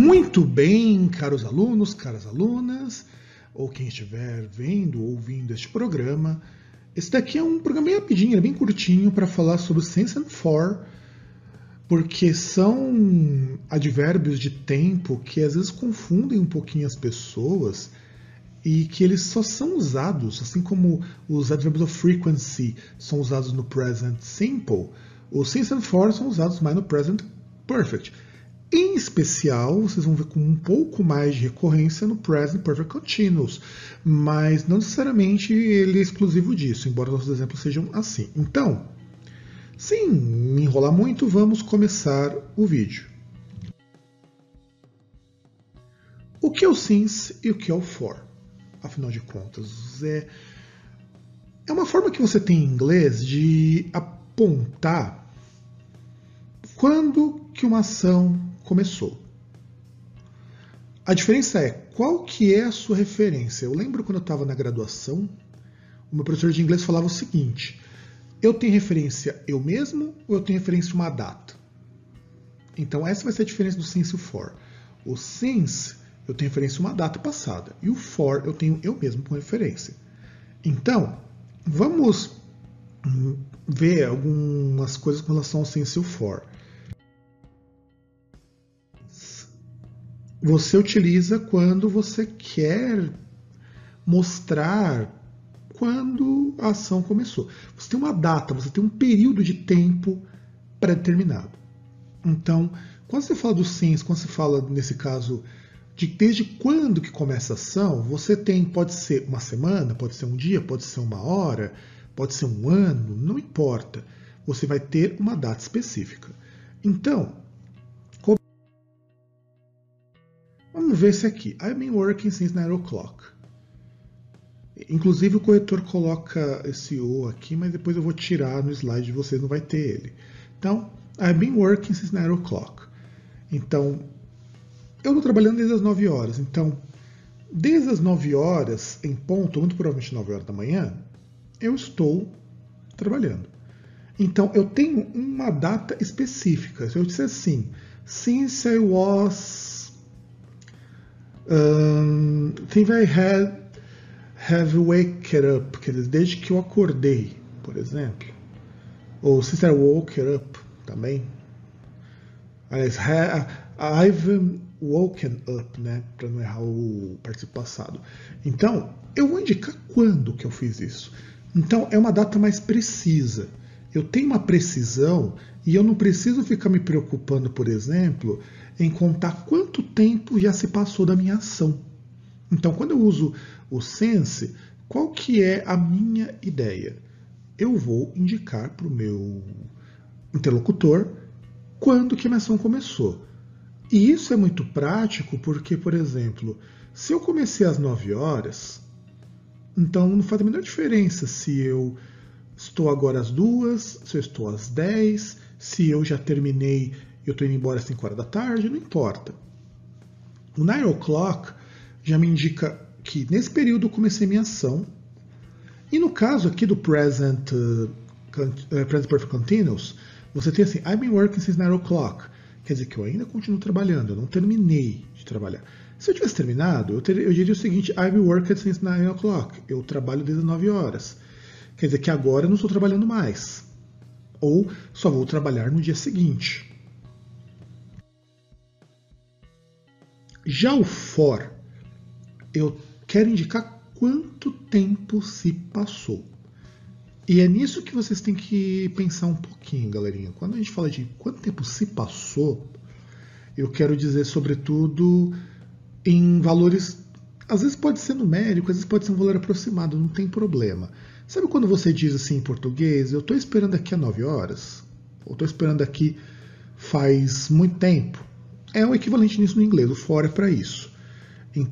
Muito bem, caros alunos, caras alunas, ou quem estiver vendo ou ouvindo este programa. Esse daqui é um programa bem rapidinho, bem curtinho, para falar sobre o since and for, porque são advérbios de tempo que às vezes confundem um pouquinho as pessoas e que eles só são usados, assim como os advérbios of frequency são usados no present simple, os since and for são usados mais no present perfect. Em especial, vocês vão ver com um pouco mais de recorrência no Present Perfect Continuous, mas não necessariamente ele é exclusivo disso, embora nossos exemplos sejam assim. Então, sem me enrolar muito, vamos começar o vídeo. O que é o since e o que é o for? Afinal de contas, é uma forma que você tem em inglês de apontar quando que uma ação começou. A diferença é qual que é a sua referência. Eu lembro quando eu estava na graduação, o meu professor de inglês falava o seguinte: eu tenho referência eu mesmo ou eu tenho referência uma data? Então essa vai ser a diferença do since e o for. O since eu tenho referência uma data passada e o for eu tenho eu mesmo com referência. Então vamos ver algumas coisas com relação ao since e o for. Você utiliza quando você quer mostrar quando a ação começou. Você tem uma data, você tem um período de tempo pré-determinado. Então, quando você fala do since, quando você fala, nesse caso, de desde quando que começa a ação, você tem, pode ser uma semana, pode ser um dia, pode ser uma hora, pode ser um ano, não importa. Você vai ter uma data específica. Então, vamos ver esse aqui. I've been working since 9 o'clock. Inclusive o corretor coloca esse O aqui, mas depois eu vou tirar no slide de vocês, não vai ter ele. Então, I've been working since 9 o'clock. Então, eu estou trabalhando desde as 9 horas. Então, desde as 9 horas, em ponto, muito provavelmente 9 horas da manhã, eu estou trabalhando. Então, eu tenho uma data específica. Se eu disser assim, since I was... think I have waked up, quer dizer, desde que eu acordei, por exemplo. Ou since I woke up, também. Aliás, I've woken up, né, para não errar o participo passado. Então, eu vou indicar quando que eu fiz isso. Então, é uma data mais precisa. Eu tenho uma precisão e eu não preciso ficar me preocupando, por exemplo, em contar quanto tempo já se passou da minha ação. Então, quando eu uso o since, qual que é a minha ideia? Eu vou indicar para o meu interlocutor quando que a minha ação começou. E isso é muito prático porque, por exemplo, se eu comecei às 9 horas, então não faz a menor diferença se eu estou agora às 2, se eu estou às 10, se eu já terminei e eu estou indo embora às 5 horas da tarde, não importa. O 9 o'clock já me indica que nesse período eu comecei minha ação. E no caso aqui do Present Perfect Continuous, você tem assim, I've been working since 9 o'clock. Quer dizer que eu ainda continuo trabalhando, eu não terminei de trabalhar. Se eu tivesse terminado, eu diria o seguinte, I've been working since 9 o'clock. Eu trabalho desde as 9 horas. Quer dizer que agora eu não estou trabalhando mais. Ou só vou trabalhar no dia seguinte. Já o for, eu quero indicar quanto tempo se passou. E é nisso que vocês têm que pensar um pouquinho, galerinha. Quando a gente fala de quanto tempo se passou, eu quero dizer, sobretudo, em valores... Às vezes pode ser numérico, às vezes pode ser um valor aproximado, não tem problema. Sabe quando você diz assim em português, eu estou esperando aqui há 9 horas? Ou estou esperando aqui faz muito tempo? É o equivalente nisso no inglês, o for é para isso. Então,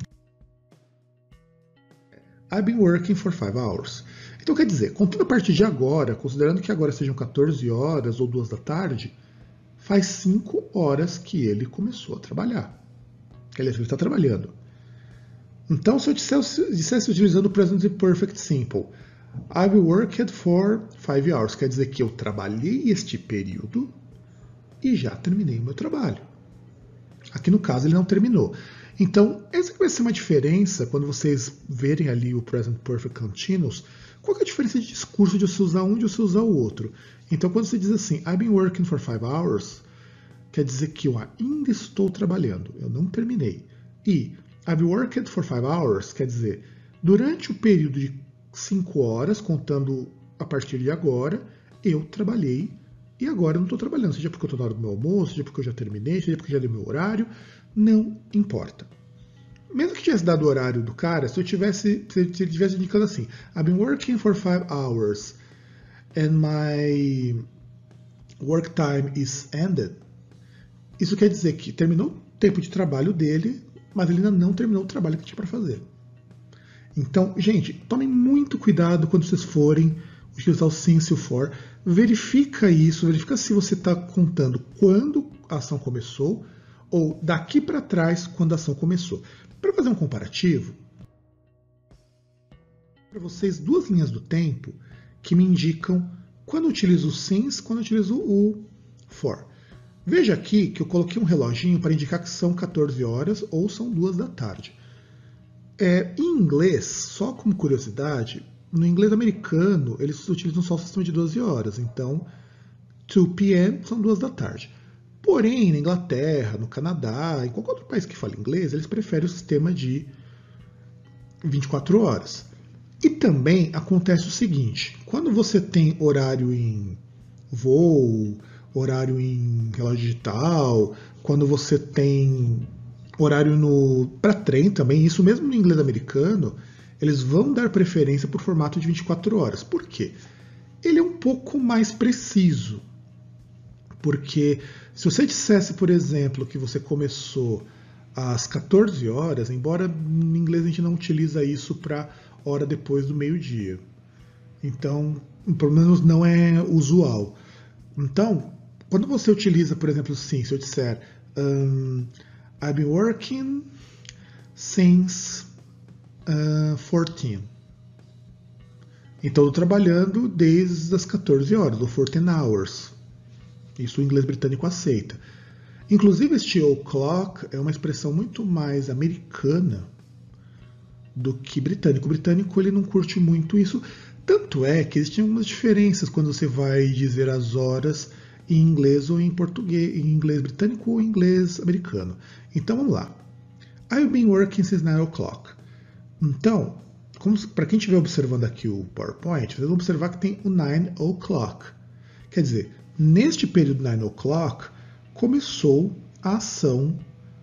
I've been working for 5 hours. Então quer dizer, contando a partir de agora, considerando que agora sejam 14 horas ou 2 da tarde, faz 5 horas que ele começou a trabalhar. Aliás, ele está trabalhando. Então, se eu dissesse utilizando o Present Perfect Simple, I've worked for 5 hours, quer dizer que eu trabalhei este período e já terminei o meu trabalho. Aqui no caso ele não terminou. Então, essa vai ser uma diferença quando vocês verem ali o Present Perfect Continuous. Qual que é a diferença de discurso de você usar um e de você usar o outro? Então, quando você diz assim, I've been working for 5 hours, quer dizer que eu ainda estou trabalhando, eu não terminei. E I've worked for 5 hours, quer dizer, durante o período de 5 horas, contando a partir de agora, eu trabalhei e agora eu não estou trabalhando, seja porque eu estou na hora do meu almoço, seja porque eu já terminei, seja porque eu já dei meu horário, não importa. Mesmo que tivesse dado o horário do cara, se ele tivesse indicando assim, I've been working for 5 hours and my work time is ended, isso quer dizer que terminou o tempo de trabalho dele, mas ele ainda não terminou o trabalho que tinha para fazer. Então, gente, tomem muito cuidado quando vocês forem utilizar o since e o for. Verifica isso, verifica se você está contando quando a ação começou ou daqui para trás quando a ação começou. Para fazer um comparativo, para vocês duas linhas do tempo que me indicam quando eu utilizo o since, quando eu utilizo o for. Veja aqui que eu coloquei um reloginho para indicar que são 14 horas ou são 2 da tarde. Em inglês, só como curiosidade, no inglês americano eles utilizam só o sistema de 12 horas, então 2 p.m. são 2 da tarde. Porém, na Inglaterra, no Canadá, em qualquer outro país que fale inglês, eles preferem o sistema de 24 horas. E também acontece o seguinte, quando você tem horário em voo, horário em relógio digital, quando você tem horário para trem também, isso mesmo no inglês americano, eles vão dar preferência por formato de 24 horas. Por quê? Ele é um pouco mais preciso. Porque se você dissesse, por exemplo, que você começou às 14 horas, embora em inglês a gente não utiliza isso para hora depois do meio-dia. Então, pelo menos não é usual. Então, quando você utiliza, por exemplo, sim, se eu disser I've been working since 14. Então, estou trabalhando desde as 14 horas, ou 14 hours. Isso o inglês britânico aceita. Inclusive, este o'clock é uma expressão muito mais americana do que britânico. O britânico ele não curte muito isso. Tanto é que existem algumas diferenças quando você vai dizer as horas em inglês ou em português, em inglês britânico ou em inglês americano. Então vamos lá. I've been working since 9 o'clock. Então, para quem estiver observando aqui o PowerPoint, vocês vão observar que tem o 9 o'clock. Quer dizer, neste período 9 o'clock, começou a ação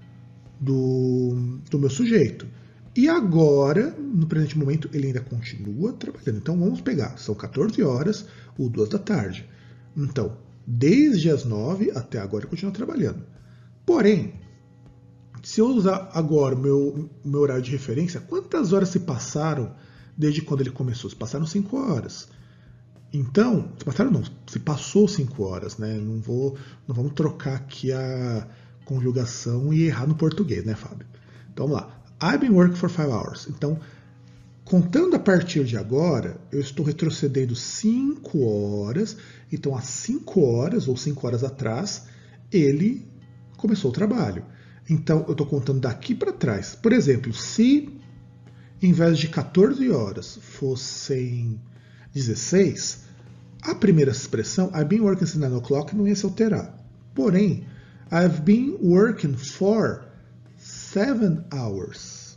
do meu sujeito. E agora, no presente momento, ele ainda continua trabalhando. Então vamos pegar, são 14 horas ou 2 da tarde. Então, desde as 9 até agora ele continua trabalhando. Porém, se eu usar agora o meu horário de referência, quantas horas se passaram desde quando ele começou? Se passaram 5 horas. Então, se passou 5 horas, né? Não vamos trocar aqui a conjugação e errar no português, né, Fábio? Então vamos lá. I've been working for 5 hours. Então, contando a partir de agora, eu estou retrocedendo 5 horas. Então, há 5 horas ou 5 horas atrás, ele começou o trabalho. Então, eu estou contando daqui para trás. Por exemplo, se em vez de 14 horas fossem 16, a primeira expressão, I've been working since 9 o'clock, não ia se alterar. Porém, I've been working for 7 hours.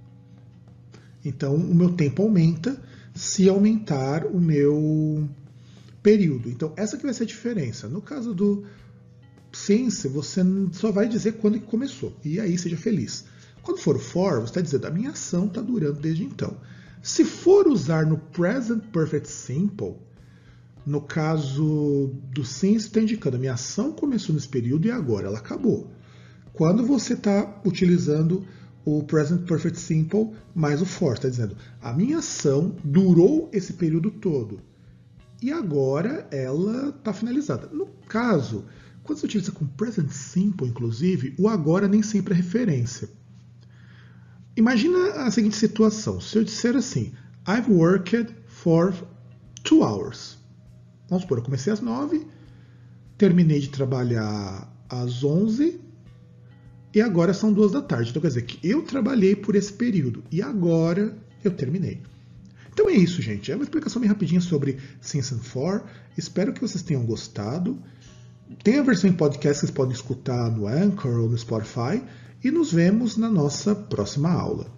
Então, o meu tempo aumenta se aumentar o meu período. Então, essa que vai ser a diferença. No caso do since, você só vai dizer quando que começou. E aí, seja feliz. Quando for o for, você está dizendo, a minha ação está durando desde então. Se for usar no Present Perfect Simple, no caso do since, está indicando, a minha ação começou nesse período e agora ela acabou. Quando você está utilizando o Present Perfect Simple mais o for, está dizendo, a minha ação durou esse período todo e agora ela está finalizada. No caso, quando você utiliza com Present Simple, inclusive, o agora nem sempre é referência. Imagina a seguinte situação, se eu disser assim, I've worked for 2 hours. Vamos supor, eu comecei às 9, terminei de trabalhar às 11, e agora são 2 da tarde. Então quer dizer que eu trabalhei por esse período e agora eu terminei. Então é isso, gente. É uma explicação bem rapidinha sobre Since and For. Espero que vocês tenham gostado. Tem a versão em podcast que vocês podem escutar no Anchor ou no Spotify. E nos vemos na nossa próxima aula.